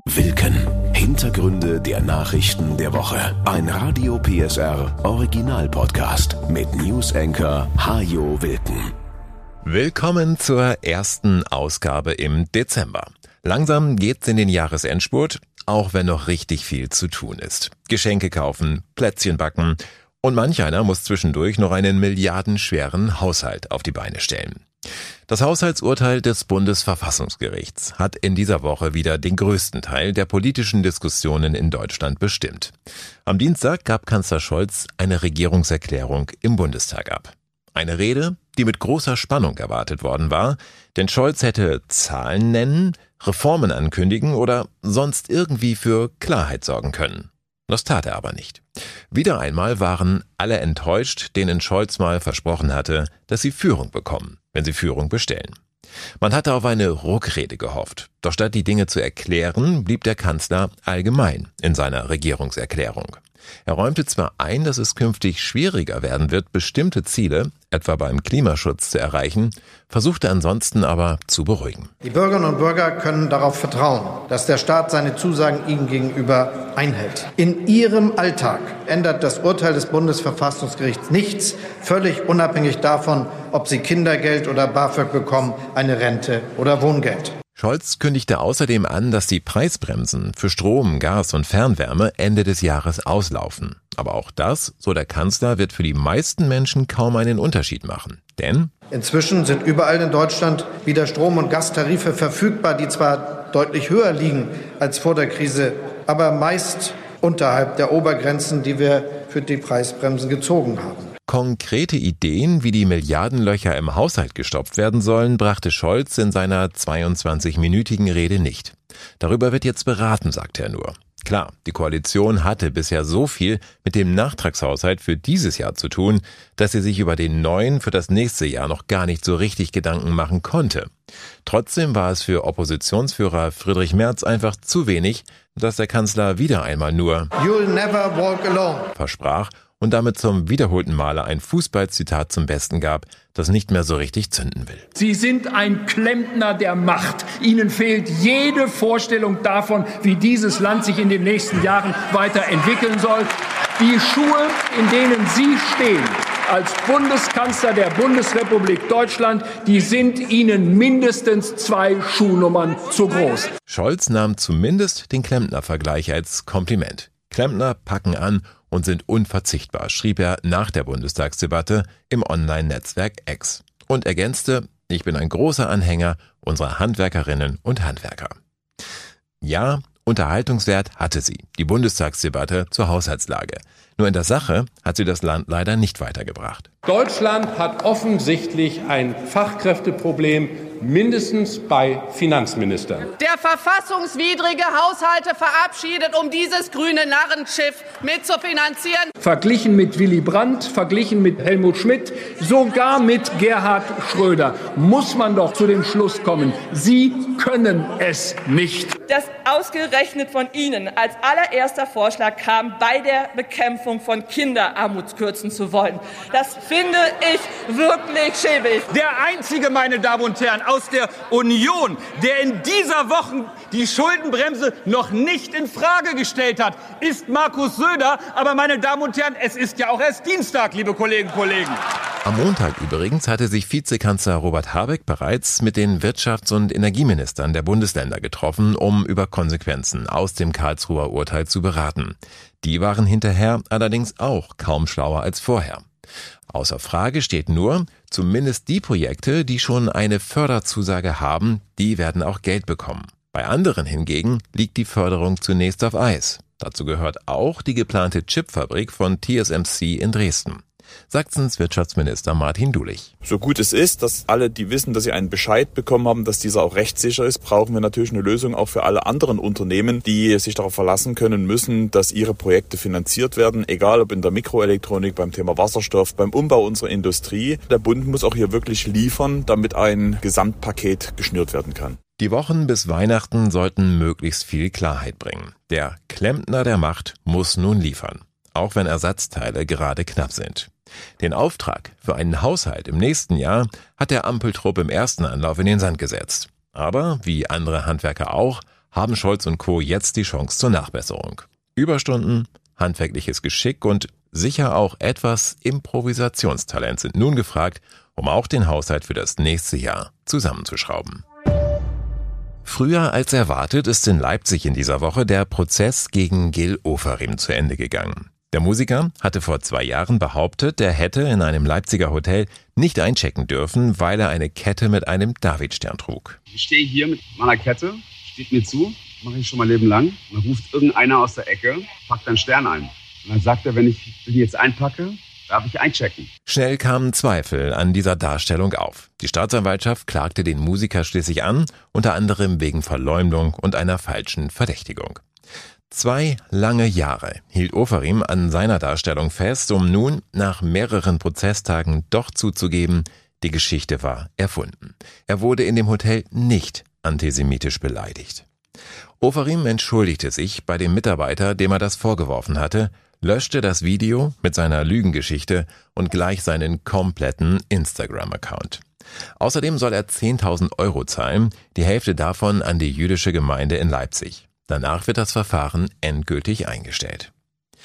Wilken. Hintergründe der Nachrichten der Woche. Ein Radio PSR Original-Podcast mit News-Anchor Hajo Wilken. Willkommen zur ersten Ausgabe im Dezember. Langsam geht's in den Jahresendspurt, auch wenn noch richtig viel zu tun ist. Geschenke kaufen, Plätzchen backen und manch einer muss zwischendurch noch einen milliardenschweren Haushalt auf die Beine stellen. Das Haushaltsurteil des Bundesverfassungsgerichts hat in dieser Woche wieder den größten Teil der politischen Diskussionen in Deutschland bestimmt. Am Dienstag gab Kanzler Scholz eine Regierungserklärung im Bundestag ab. Eine Rede, die mit großer Spannung erwartet worden war, denn Scholz hätte Zahlen nennen, Reformen ankündigen oder sonst irgendwie für Klarheit sorgen können. Das tat er aber nicht. Wieder einmal waren alle enttäuscht, denen Scholz mal versprochen hatte, dass sie Führung bekommen, wenn sie Führung bestellen. Man hatte auf eine Ruckrede gehofft. Doch statt die Dinge zu erklären, blieb der Kanzler allgemein in seiner Regierungserklärung. Er räumte zwar ein, dass es künftig schwieriger werden wird, bestimmte Ziele, etwa beim Klimaschutz, zu erreichen, versuchte ansonsten aber zu beruhigen. Die Bürgerinnen und Bürger können darauf vertrauen, dass der Staat seine Zusagen ihnen gegenüber einhält. In ihrem Alltag ändert das Urteil des Bundesverfassungsgerichts nichts, völlig unabhängig davon, ob sie Kindergeld oder BAföG bekommen, eine Rente oder Wohngeld. Scholz kündigte außerdem an, dass die Preisbremsen für Strom, Gas und Fernwärme Ende des Jahres auslaufen. Aber auch das, so der Kanzler, wird für die meisten Menschen kaum einen Unterschied machen. Denn inzwischen sind überall in Deutschland wieder Strom- und Gastarife verfügbar, die zwar deutlich höher liegen als vor der Krise, aber meist unterhalb der Obergrenzen, die wir für die Preisbremsen gezogen haben. Konkrete Ideen, wie die Milliardenlöcher im Haushalt gestopft werden sollen, brachte Scholz in seiner 22-minütigen Rede nicht. Darüber wird jetzt beraten, sagte er nur. Klar, die Koalition hatte bisher so viel mit dem Nachtragshaushalt für dieses Jahr zu tun, dass sie sich über den neuen für das nächste Jahr noch gar nicht so richtig Gedanken machen konnte. Trotzdem war es für Oppositionsführer Friedrich Merz einfach zu wenig, dass der Kanzler wieder einmal nur You'll never walk alone versprach und damit zum wiederholten Male ein Fußballzitat zum Besten gab, das nicht mehr so richtig zünden will. Sie sind ein Klempner der Macht. Ihnen fehlt jede Vorstellung davon, wie dieses Land sich in den nächsten Jahren weiterentwickeln soll. Die Schuhe, in denen Sie stehen, als Bundeskanzler der Bundesrepublik Deutschland, die sind Ihnen mindestens 2 Schuhnummern zu groß. Scholz nahm zumindest den Klempner-Vergleich als Kompliment. Klempner packen an und sind unverzichtbar, schrieb er nach der Bundestagsdebatte im Online-Netzwerk X. Und ergänzte, ich bin ein großer Anhänger unserer Handwerkerinnen und Handwerker. Ja, Unterhaltungswert hatte sie, die Bundestagsdebatte zur Haushaltslage. Nur in der Sache hat sie das Land leider nicht weitergebracht. Deutschland hat offensichtlich ein Fachkräfteproblem, mindestens bei Finanzministern. Der verfassungswidrige Haushalte verabschiedet, um dieses grüne Narrenschiff mitzufinanzieren. Verglichen mit Willy Brandt, verglichen mit Helmut Schmidt, sogar mit Gerhard Schröder, muss man doch zu dem Schluss kommen, Sie können es nicht. Dass ausgerechnet von Ihnen als allererster Vorschlag kam, bei der Bekämpfung von Kinderarmut kürzen zu wollen. Das finde ich wirklich schäbig. Der Einzige, meine Damen und Herren, aus der Union, der in dieser Woche die Schuldenbremse noch nicht in Frage gestellt hat, ist Markus Söder. Aber meine Damen und Herren, es ist ja auch erst Dienstag, liebe Kolleginnen und Kollegen. Am Montag übrigens hatte sich Vizekanzler Robert Habeck bereits mit den Wirtschafts- und Energieministern der Bundesländer getroffen, um über Konsequenzen aus dem Karlsruher Urteil zu beraten. Die waren hinterher allerdings auch kaum schlauer als vorher. Außer Frage steht nur, zumindest die Projekte, die schon eine Förderzusage haben, die werden auch Geld bekommen. Bei anderen hingegen liegt die Förderung zunächst auf Eis. Dazu gehört auch die geplante Chipfabrik von TSMC in Dresden. Sachsens Wirtschaftsminister Martin Dulich. So gut es ist, dass alle, die wissen, dass sie einen Bescheid bekommen haben, dass dieser auch rechtssicher ist, brauchen wir natürlich eine Lösung auch für alle anderen Unternehmen, die sich darauf verlassen können müssen, dass ihre Projekte finanziert werden, egal ob in der Mikroelektronik, beim Thema Wasserstoff, beim Umbau unserer Industrie. Der Bund muss auch hier wirklich liefern, damit ein Gesamtpaket geschnürt werden kann. Die Wochen bis Weihnachten sollten möglichst viel Klarheit bringen. Der Klempner der Macht muss nun liefern, auch wenn Ersatzteile gerade knapp sind. Den Auftrag für einen Haushalt im nächsten Jahr hat der Ampeltrupp im ersten Anlauf in den Sand gesetzt. Aber, wie andere Handwerker auch, haben Scholz und Co. jetzt die Chance zur Nachbesserung. Überstunden, handwerkliches Geschick und sicher auch etwas Improvisationstalent sind nun gefragt, um auch den Haushalt für das nächste Jahr zusammenzuschrauben. Früher als erwartet ist in Leipzig in dieser Woche der Prozess gegen Gil Ofarim zu Ende gegangen. Der Musiker hatte vor 2 Jahren behauptet, er hätte in einem Leipziger Hotel nicht einchecken dürfen, weil er eine Kette mit einem Davidstern trug. Ich stehe hier mit meiner Kette, steht mir zu, mache ich schon mein Leben lang. Und dann ruft irgendeiner aus der Ecke, packt einen Stern ein. Und dann sagt er, wenn ich den jetzt einpacke, darf ich einchecken. Schnell kamen Zweifel an dieser Darstellung auf. Die Staatsanwaltschaft klagte den Musiker schließlich an, unter anderem wegen Verleumdung und einer falschen Verdächtigung. 2 lange Jahre hielt Ofarim an seiner Darstellung fest, um nun nach mehreren Prozesstagen doch zuzugeben, die Geschichte war erfunden. Er wurde in dem Hotel nicht antisemitisch beleidigt. Ofarim entschuldigte sich bei dem Mitarbeiter, dem er das vorgeworfen hatte, löschte das Video mit seiner Lügengeschichte und gleich seinen kompletten Instagram-Account. Außerdem soll er 10.000 € zahlen, die Hälfte davon an die jüdische Gemeinde in Leipzig. Danach wird das Verfahren endgültig eingestellt.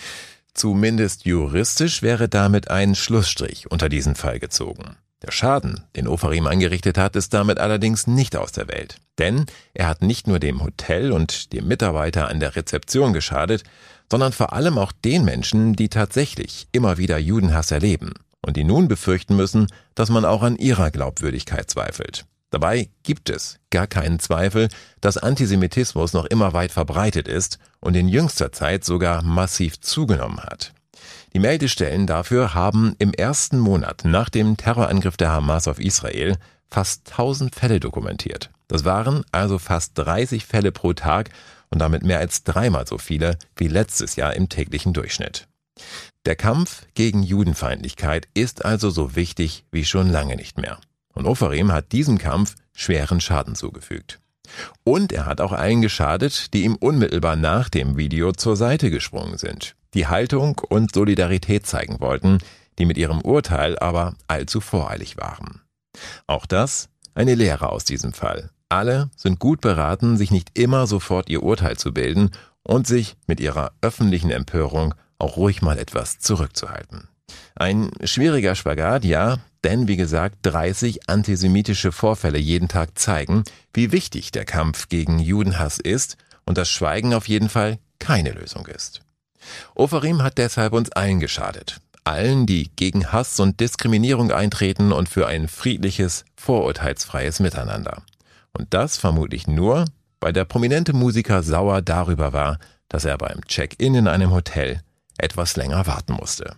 Zumindest juristisch wäre damit ein Schlussstrich unter diesen Fall gezogen. Der Schaden, den Ofarim angerichtet hat, ist damit allerdings nicht aus der Welt. Denn er hat nicht nur dem Hotel und dem Mitarbeiter an der Rezeption geschadet, sondern vor allem auch den Menschen, die tatsächlich immer wieder Judenhass erleben und die nun befürchten müssen, dass man auch an ihrer Glaubwürdigkeit zweifelt. Dabei gibt es gar keinen Zweifel, dass Antisemitismus noch immer weit verbreitet ist und in jüngster Zeit sogar massiv zugenommen hat. Die Meldestellen dafür haben im ersten Monat nach dem Terrorangriff der Hamas auf Israel fast 1000 Fälle dokumentiert. Das waren also fast 30 Fälle pro Tag und damit mehr als 3-mal so viele wie letztes Jahr im täglichen Durchschnitt. Der Kampf gegen Judenfeindlichkeit ist also so wichtig wie schon lange nicht mehr. Und Ofarim hat diesem Kampf schweren Schaden zugefügt. Und er hat auch allen geschadet, die ihm unmittelbar nach dem Video zur Seite gesprungen sind, die Haltung und Solidarität zeigen wollten, die mit ihrem Urteil aber allzu voreilig waren. Auch das eine Lehre aus diesem Fall. Alle sind gut beraten, sich nicht immer sofort ihr Urteil zu bilden und sich mit ihrer öffentlichen Empörung auch ruhig mal etwas zurückzuhalten. Ein schwieriger Spagat, ja, denn wie gesagt, 30 antisemitische Vorfälle jeden Tag zeigen, wie wichtig der Kampf gegen Judenhass ist und das Schweigen auf jeden Fall keine Lösung ist. Ofarim hat deshalb uns allen geschadet. Allen, die gegen Hass und Diskriminierung eintreten und für ein friedliches, vorurteilsfreies Miteinander. Und das vermutlich nur, weil der prominente Musiker sauer darüber war, dass er beim Check-in in einem Hotel etwas länger warten musste.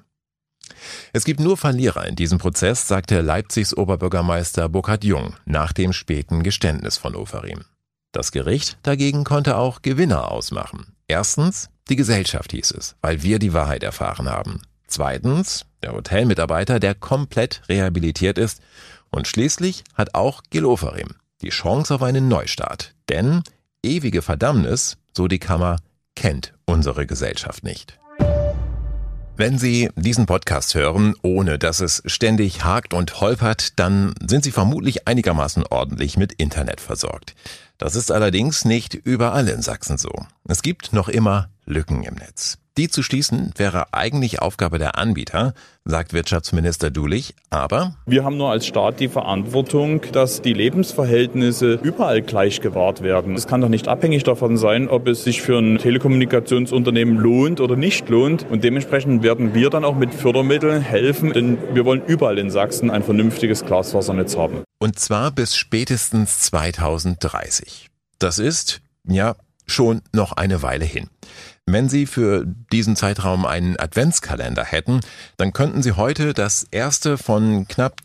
Es gibt nur Verlierer in diesem Prozess, sagte Leipzigs Oberbürgermeister Burkhard Jung nach dem späten Geständnis von Ofarim. Das Gericht dagegen konnte auch Gewinner ausmachen. Erstens, die Gesellschaft hieß es, weil wir die Wahrheit erfahren haben. Zweitens, der Hotelmitarbeiter, der komplett rehabilitiert ist. Und schließlich hat auch Gil Ofarim die Chance auf einen Neustart. Denn ewige Verdammnis, so die Kammer, kennt unsere Gesellschaft nicht. Wenn Sie diesen Podcast hören, ohne dass es ständig hakt und holpert, dann sind Sie vermutlich einigermaßen ordentlich mit Internet versorgt. Das ist allerdings nicht überall in Sachsen so. Es gibt noch immer Lücken im Netz. Die zu schließen wäre eigentlich Aufgabe der Anbieter, sagt Wirtschaftsminister Dulich, aber wir haben nur als Staat die Verantwortung, dass die Lebensverhältnisse überall gleich gewahrt werden. Es kann doch nicht abhängig davon sein, ob es sich für ein Telekommunikationsunternehmen lohnt oder nicht lohnt. Und dementsprechend werden wir dann auch mit Fördermitteln helfen, denn wir wollen überall in Sachsen ein vernünftiges Glasfasernetz haben. Und zwar bis spätestens 2030. Das ist, ja, schon noch eine Weile hin. Wenn Sie für diesen Zeitraum einen Adventskalender hätten, dann könnten Sie heute das erste von knapp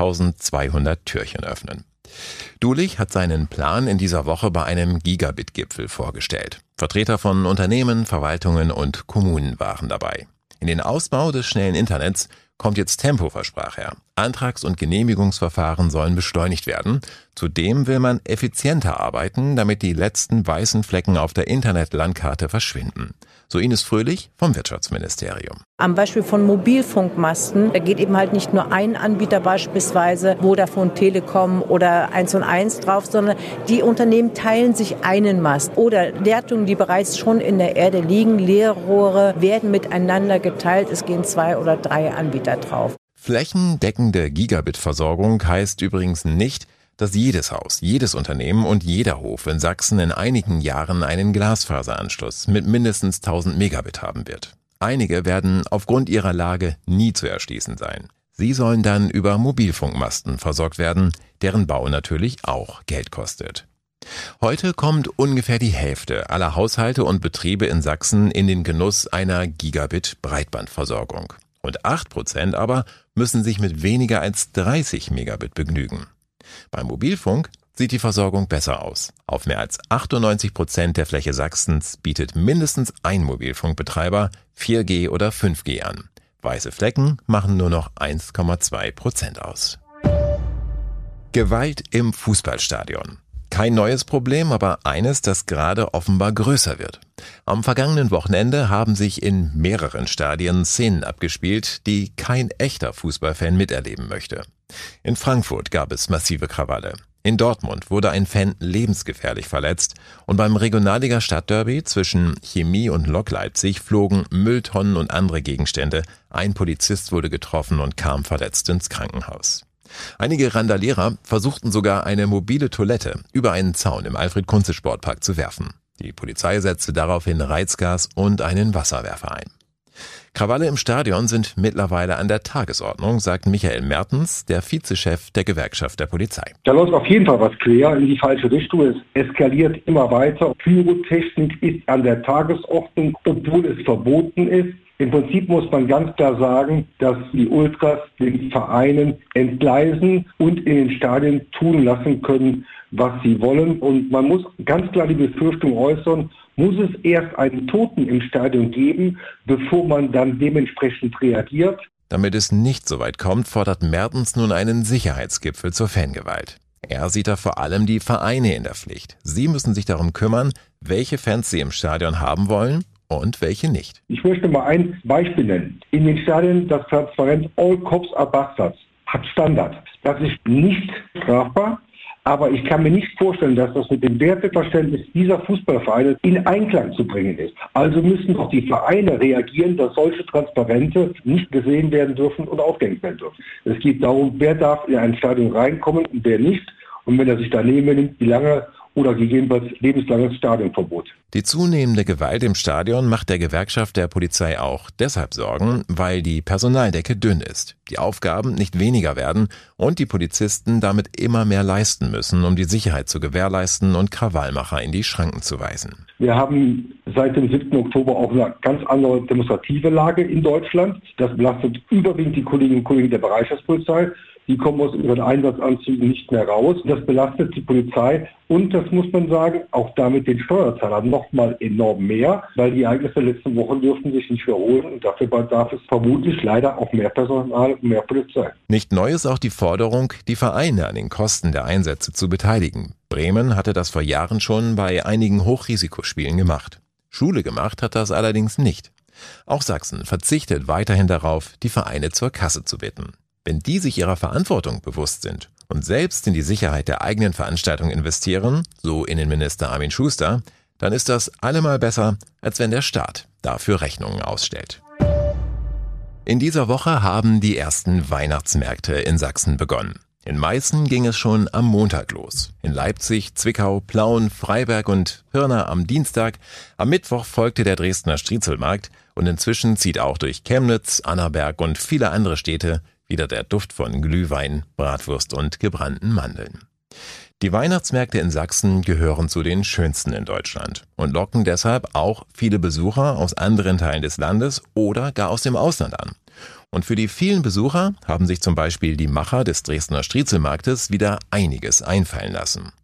2200 Türchen öffnen. Dulich hat seinen Plan in dieser Woche bei einem Gigabit-Gipfel vorgestellt. Vertreter von Unternehmen, Verwaltungen und Kommunen waren dabei. In den Ausbau des schnellen Internets kommt jetzt Tempo, versprach er. Antrags- und Genehmigungsverfahren sollen beschleunigt werden. Zudem will man effizienter arbeiten, damit die letzten weißen Flecken auf der Internetlandkarte verschwinden. So Ines Fröhlich vom Wirtschaftsministerium. Am Beispiel von Mobilfunkmasten, da geht eben halt nicht nur ein Anbieter beispielsweise, Vodafone, Telekom oder 1&1 drauf, sondern die Unternehmen teilen sich einen Mast. Oder Leitungen, die bereits schon in der Erde liegen, Leerrohre werden miteinander geteilt. Es gehen 2 oder 3 Anbieter drauf. Flächendeckende Gigabit-Versorgung heißt übrigens nicht, dass jedes Haus, jedes Unternehmen und jeder Hof in Sachsen in einigen Jahren einen Glasfaseranschluss mit mindestens 1000 Megabit haben wird. Einige werden aufgrund ihrer Lage nie zu erschließen sein. Sie sollen dann über Mobilfunkmasten versorgt werden, deren Bau natürlich auch Geld kostet. Heute kommt ungefähr die Hälfte aller Haushalte und Betriebe in Sachsen in den Genuss einer Gigabit-Breitbandversorgung. Und 8% aber müssen sich mit weniger als 30 Megabit begnügen. Beim Mobilfunk sieht die Versorgung besser aus. Auf mehr als 98% der Fläche Sachsens bietet mindestens ein Mobilfunkbetreiber 4G oder 5G an. Weiße Flecken machen nur noch 1,2% aus. Gewalt im Fußballstadion. Kein neues Problem, aber eines, das gerade offenbar größer wird. Am vergangenen Wochenende haben sich in mehreren Stadien Szenen abgespielt, die kein echter Fußballfan miterleben möchte. In Frankfurt gab es massive Krawalle. In Dortmund wurde ein Fan lebensgefährlich verletzt und beim Regionalliga-Stadtderby zwischen Chemie und Lok Leipzig flogen Mülltonnen und andere Gegenstände. Ein Polizist wurde getroffen und kam verletzt ins Krankenhaus. Einige Randalierer versuchten sogar eine mobile Toilette über einen Zaun im Alfred-Kunze-Sportpark zu werfen. Die Polizei setzte daraufhin Reizgas und einen Wasserwerfer ein. Krawalle im Stadion sind mittlerweile an der Tagesordnung, sagt Michael Mertens, der Vizechef der Gewerkschaft der Polizei. Da läuft auf jeden Fall was quer in die falsche Richtung. Es eskaliert immer weiter. Pyrotechnik ist an der Tagesordnung, obwohl es verboten ist. Im Prinzip muss man ganz klar sagen, dass die Ultras den Vereinen entgleisen und in den Stadien tun lassen können, was sie wollen. Und man muss ganz klar die Befürchtung äußern, muss es erst einen Toten im Stadion geben, bevor man dann dementsprechend reagiert. Damit es nicht so weit kommt, fordert Mertens nun einen Sicherheitsgipfel zur Fangewalt. Er sieht da vor allem die Vereine in der Pflicht. Sie müssen sich darum kümmern, welche Fans sie im Stadion haben wollen und welche nicht. Ich möchte mal ein Beispiel nennen. In den Stadien das Transparent All Cops are Bastards hat Standard. Das ist nicht strafbar, aber ich kann mir nicht vorstellen, dass das mit dem Werteverständnis dieser Fußballvereine in Einklang zu bringen ist. Also müssen auch die Vereine reagieren, dass solche Transparente nicht gesehen werden dürfen und aufgehängt werden dürfen. Es geht darum, wer darf in ein Stadion reinkommen und wer nicht. Und wenn er sich daneben nimmt, wie lange oder gegebenenfalls lebenslanges Stadionverbot. Die zunehmende Gewalt im Stadion macht der Gewerkschaft der Polizei auch deshalb Sorgen, weil die Personaldecke dünn ist, die Aufgaben nicht weniger werden und die Polizisten damit immer mehr leisten müssen, um die Sicherheit zu gewährleisten und Krawallmacher in die Schranken zu weisen. Wir haben seit dem 7. Oktober auch eine ganz andere demonstrative Lage in Deutschland. Das belastet überwiegend die Kolleginnen und Kollegen der Bereitschaftspolizei. Die kommen aus ihren Einsatzanzügen nicht mehr raus. Das belastet die Polizei und, das muss man sagen, auch damit den Steuerzahler nochmal enorm mehr, weil die Ereignisse der letzten Wochen dürften sich nicht wiederholen und dafür bedarf es vermutlich leider auch mehr Personal und mehr Polizei. Nicht neu ist auch die Forderung, die Vereine an den Kosten der Einsätze zu beteiligen. Bremen hatte das vor Jahren schon bei einigen Hochrisikospielen gemacht. Schule gemacht hat das allerdings nicht. Auch Sachsen verzichtet weiterhin darauf, die Vereine zur Kasse zu bitten. Wenn die sich ihrer Verantwortung bewusst sind und selbst in die Sicherheit der eigenen Veranstaltung investieren, so Innenminister Armin Schuster, dann ist das allemal besser, als wenn der Staat dafür Rechnungen ausstellt. In dieser Woche haben die ersten Weihnachtsmärkte in Sachsen begonnen. In Meißen ging es schon am Montag los. In Leipzig, Zwickau, Plauen, Freiberg und Pirna am Dienstag. Am Mittwoch folgte der Dresdner Striezelmarkt und inzwischen zieht auch durch Chemnitz, Annaberg und viele andere Städte wieder der Duft von Glühwein, Bratwurst und gebrannten Mandeln. Die Weihnachtsmärkte in Sachsen gehören zu den schönsten in Deutschland und locken deshalb auch viele Besucher aus anderen Teilen des Landes oder gar aus dem Ausland an. Und für die vielen Besucher haben sich zum Beispiel die Macher des Dresdner Striezelmarktes wieder einiges einfallen lassen.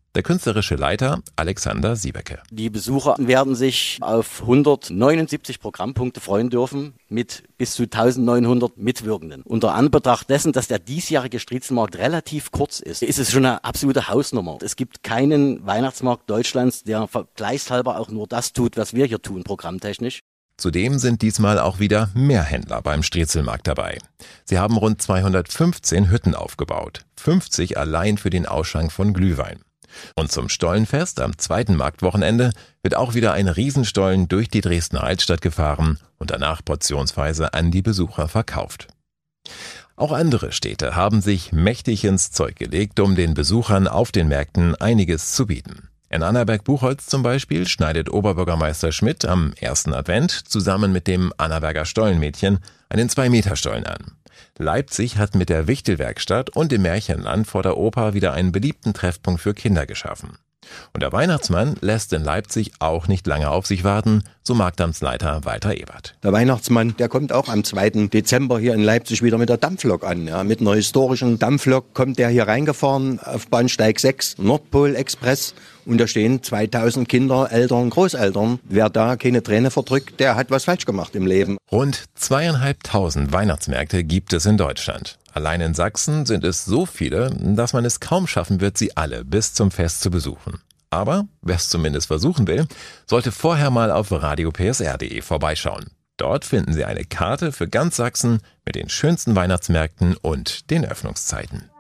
Der künstlerische Leiter Alexander Siebecke. Die Besucher werden sich auf 179 Programmpunkte freuen dürfen mit bis zu 1900 Mitwirkenden. Unter Anbetracht dessen, dass der diesjährige Striezelmarkt relativ kurz ist es schon eine absolute Hausnummer. Es gibt keinen Weihnachtsmarkt Deutschlands, der vergleichshalber auch nur das tut, was wir hier tun, programmtechnisch. Zudem sind diesmal auch wieder mehr Händler beim Striezelmarkt dabei. Sie haben rund 215 Hütten aufgebaut, 50 allein für den Ausschank von Glühwein. Und zum Stollenfest am zweiten Marktwochenende wird auch wieder ein Riesenstollen durch die Dresdner Altstadt gefahren und danach portionsweise an die Besucher verkauft. Auch andere Städte haben sich mächtig ins Zeug gelegt, um den Besuchern auf den Märkten einiges zu bieten. In Annaberg-Buchholz zum Beispiel schneidet Oberbürgermeister Schmidt am ersten Advent zusammen mit dem Annaberger Stollenmädchen einen 2-Meter-Stollen an. Leipzig hat mit der Wichtelwerkstatt und dem Märchenland vor der Oper wieder einen beliebten Treffpunkt für Kinder geschaffen. Und der Weihnachtsmann lässt in Leipzig auch nicht lange auf sich warten, so Marktamtsleiter Walter Ebert. Der Weihnachtsmann, der kommt auch am 2. Dezember hier in Leipzig wieder mit der Dampflok an. Ja, mit einer historischen Dampflok kommt der hier reingefahren auf Bahnsteig 6, Nordpol-Express. Und da stehen 2000 Kinder, Eltern, Großeltern. Wer da keine Träne verdrückt, der hat was falsch gemacht im Leben. Rund 2500 Weihnachtsmärkte gibt es in Deutschland. Allein in Sachsen sind es so viele, dass man es kaum schaffen wird, sie alle bis zum Fest zu besuchen. Aber wer es zumindest versuchen will, sollte vorher mal auf radiopsr.de vorbeischauen. Dort finden Sie eine Karte für ganz Sachsen mit den schönsten Weihnachtsmärkten und den Öffnungszeiten.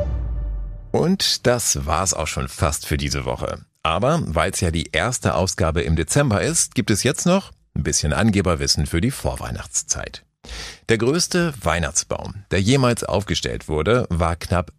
Und das war's auch schon fast für diese Woche. Aber weil es ja die erste Ausgabe im Dezember ist, gibt es jetzt noch ein bisschen Angeberwissen für die Vorweihnachtszeit. Der größte Weihnachtsbaum, der jemals aufgestellt wurde, war knapp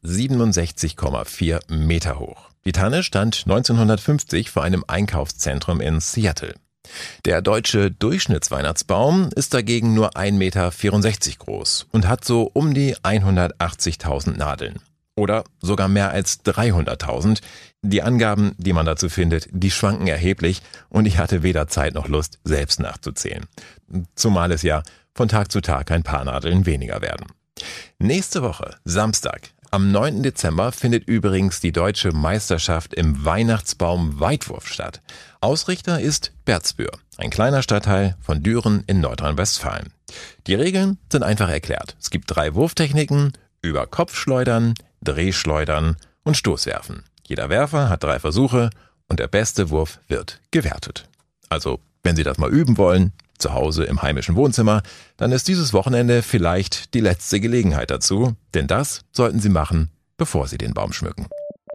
67,4 Meter hoch. Die Tanne stand 1950 vor einem Einkaufszentrum in Seattle. Der deutsche Durchschnittsweihnachtsbaum ist dagegen nur 1,64 Meter groß und hat so um die 180.000 Nadeln. Oder sogar mehr als 300.000. Die Angaben, die man dazu findet, die schwanken erheblich und ich hatte weder Zeit noch Lust, selbst nachzuzählen. Zumal es ja von Tag zu Tag ein paar Nadeln weniger werden. Nächste Woche, Samstag, am 9. Dezember, findet übrigens die deutsche Meisterschaft im Weihnachtsbaum-Weitwurf statt. Ausrichter ist Berzbür, ein kleiner Stadtteil von Düren in Nordrhein-Westfalen. Die Regeln sind einfach erklärt. Es gibt 3 Wurftechniken: über Kopf schleudern, Drehschleudern und Stoßwerfen. Jeder Werfer hat 3 Versuche und der beste Wurf wird gewertet. Also, wenn Sie das mal üben wollen, zu Hause im heimischen Wohnzimmer, dann ist dieses Wochenende vielleicht die letzte Gelegenheit dazu, denn das sollten Sie machen, bevor Sie den Baum schmücken.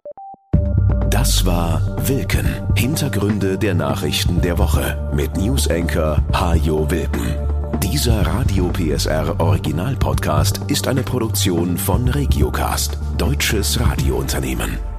Das war Wilken. Hintergründe der Nachrichten der Woche mit News-Anchor Hajo Wilken. Dieser Radio PSR Original Podcast ist eine Produktion von Regiocast, deutsches Radiounternehmen.